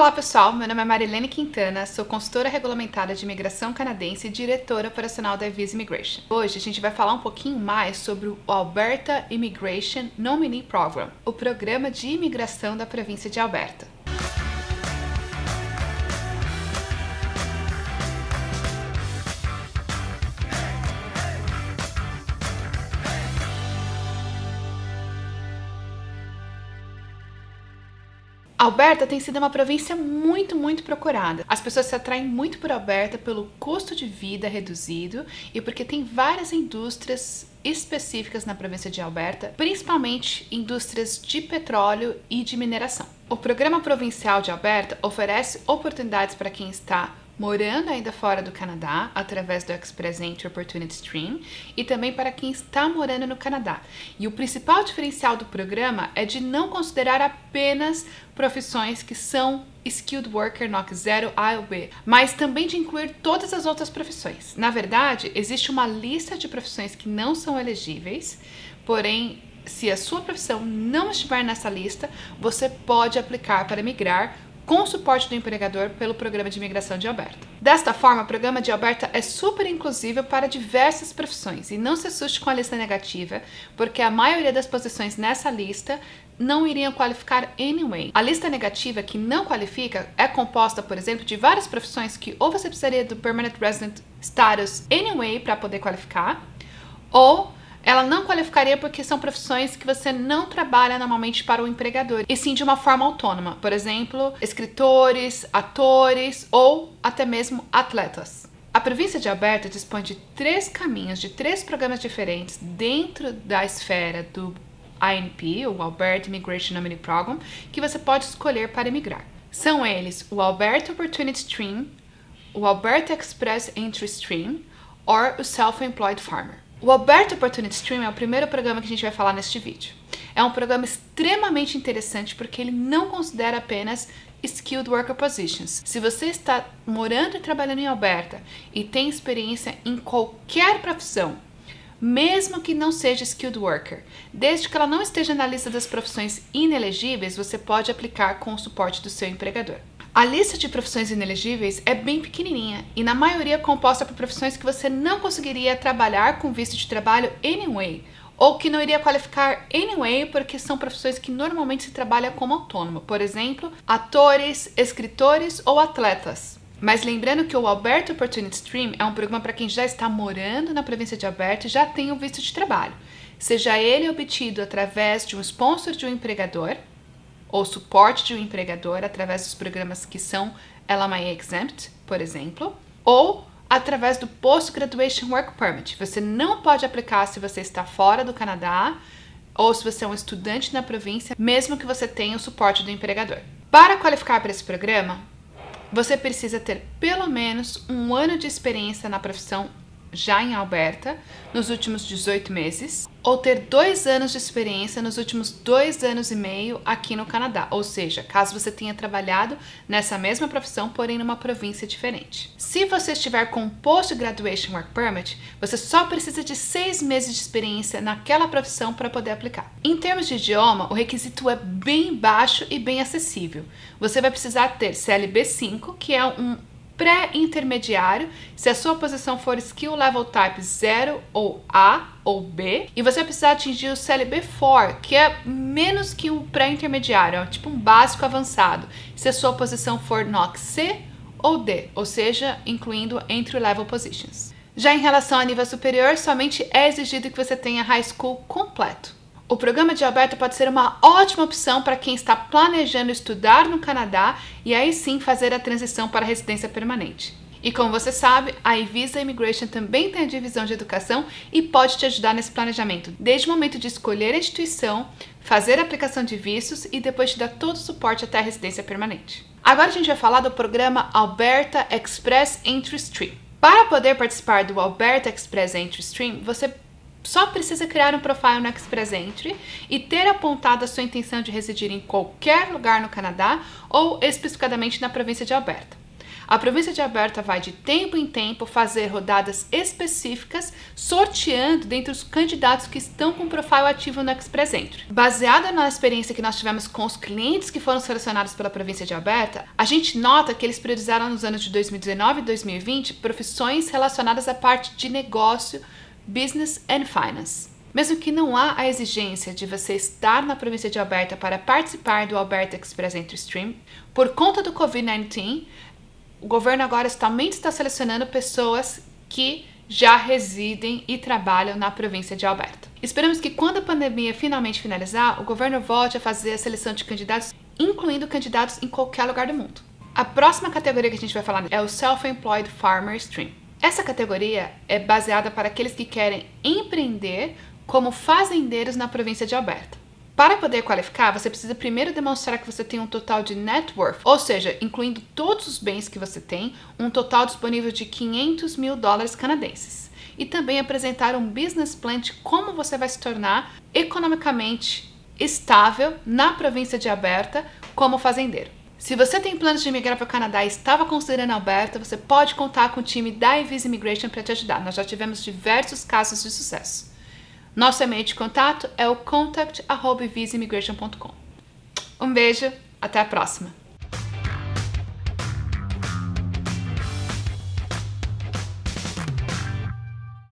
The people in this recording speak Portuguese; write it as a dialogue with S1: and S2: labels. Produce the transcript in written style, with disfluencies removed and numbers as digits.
S1: Olá pessoal, meu nome é Marilene Quintana, sou consultora regulamentada de imigração canadense e diretora operacional da Visa Immigration. Hoje a gente vai falar um pouquinho mais sobre o Alberta Immigration Nominee Program, o programa de imigração da província de Alberta. Alberta tem sido uma província muito procurada. As pessoas se atraem muito por Alberta pelo custo de vida reduzido e porque tem várias indústrias específicas na província de Alberta, principalmente indústrias de petróleo e de mineração. O Programa Provincial de Alberta oferece oportunidades para quem está morando ainda fora do Canadá, através do Express Entry Opportunity Stream, e também para quem está morando no Canadá. E o principal diferencial do programa é de não considerar apenas profissões que são Skilled Worker NOC 0 A ou B, mas também de incluir todas as outras profissões. Na verdade, existe uma lista de profissões que não são elegíveis, porém, se a sua profissão não estiver nessa lista, você pode aplicar para migrar com o suporte do empregador pelo Programa de Imigração de Alberta. Desta forma, o Programa de Alberta é super inclusivo para diversas profissões e não se assuste com a lista negativa, porque a maioria das posições nessa lista não iriam qualificar anyway. A lista negativa que não qualifica é composta, por exemplo, de várias profissões que ou você precisaria do Permanent Resident Status anyway para poder qualificar, ou ela não qualificaria porque são profissões que você não trabalha normalmente para o empregador, e sim de uma forma autônoma. Por exemplo, escritores, atores ou até mesmo atletas. A província de Alberta dispõe de 3 caminhos, de 3 programas diferentes dentro da esfera do INP, o Alberta Immigration Nominee Program, que você pode escolher para emigrar. São eles o Alberta Opportunity Stream, o Alberta Express Entry Stream ou o Self-Employed Farmer. O Alberta Opportunity Stream é o primeiro programa que a gente vai falar neste vídeo. É um programa extremamente interessante porque ele não considera apenas Skilled Worker Positions. Se você está morando e trabalhando em Alberta e tem experiência em qualquer profissão, mesmo que não seja Skilled Worker, desde que ela não esteja na lista das profissões inelegíveis, você pode aplicar com o suporte do seu empregador. A lista de profissões inelegíveis é bem pequenininha e na maioria é composta por profissões que você não conseguiria trabalhar com visto de trabalho anyway, ou que não iria qualificar anyway porque são profissões que normalmente se trabalha como autônomo, por exemplo, atores, escritores ou atletas. Mas lembrando que o Alberta Opportunity Stream é um programa para quem já está morando na província de Alberta e já tem o visto de trabalho, seja ele obtido através de um sponsor de um empregador, ou suporte de um empregador através dos programas que são LMIA Exempt, por exemplo, ou através do Post-Graduation Work Permit. Você não pode aplicar se você está fora do Canadá ou se você é um estudante na província, mesmo que você tenha o suporte do empregador. Para qualificar para esse programa, você precisa ter pelo menos 1 ano de experiência na profissão já em Alberta nos últimos 18 meses, ou ter 2 anos de experiência nos últimos 2 anos e meio aqui no Canadá, ou seja, caso você tenha trabalhado nessa mesma profissão, porém numa província diferente. Se você estiver com Post-Graduation Work Permit, você só precisa de 6 meses de experiência naquela profissão para poder aplicar. Em termos de idioma, o requisito é bem baixo e bem acessível. Você vai precisar ter CLB 5, que é um pré-intermediário, se a sua posição for Skill Level Type 0 ou A ou B, e você vai precisar atingir o CLB 4, que é menos que um pré-intermediário, é tipo um básico avançado, se a sua posição for NOC C ou D, ou seja, incluindo Entry Level Positions. Já em relação a nível superior, somente é exigido que você tenha High School completo. O programa de Alberta pode ser uma ótima opção para quem está planejando estudar no Canadá e aí sim fazer a transição para a residência permanente. E como você sabe, a Visa Immigration também tem a divisão de educação e pode te ajudar nesse planejamento, desde o momento de escolher a instituição, fazer a aplicação de vistos e depois te dar todo o suporte até a residência permanente. Agora a gente vai falar do programa Alberta Express Entry Stream. Para poder participar do Alberta Express Entry Stream, você só precisa criar um profile no Express Entry e ter apontado a sua intenção de residir em qualquer lugar no Canadá ou especificadamente na província de Alberta. A província de Alberta vai de tempo em tempo fazer rodadas específicas, sorteando dentre os candidatos que estão com profile ativo no Express Entry. Baseada na experiência que nós tivemos com os clientes que foram selecionados pela província de Alberta, a gente nota que eles priorizaram nos anos de 2019 e 2020 profissões relacionadas à parte de negócio, business and finance. Mesmo que não há a exigência de você estar na província de Alberta para participar do Alberta Express Entry Stream, por conta do Covid-19, o governo agora somente está selecionando pessoas que já residem e trabalham na província de Alberta. Esperamos que quando a pandemia finalmente finalizar, o governo volte a fazer a seleção de candidatos, incluindo candidatos em qualquer lugar do mundo. A próxima categoria que a gente vai falar é o Self-Employed Farmer Stream. Essa categoria é baseada para aqueles que querem empreender como fazendeiros na província de Alberta. Para poder qualificar, você precisa primeiro demonstrar que você tem um total de net worth, ou seja, incluindo todos os bens que você tem, um total disponível de $500.000 canadenses. E também apresentar um business plan de como você vai se tornar economicamente estável na província de Alberta como fazendeiro. Se você tem planos de migrar para o Canadá e estava considerando Alberta, você pode contar com o time da Visa Immigration para te ajudar. Nós já tivemos diversos casos de sucesso. Nosso e-mail de contato é o contact@visaimmigration.com. Um beijo, até a próxima!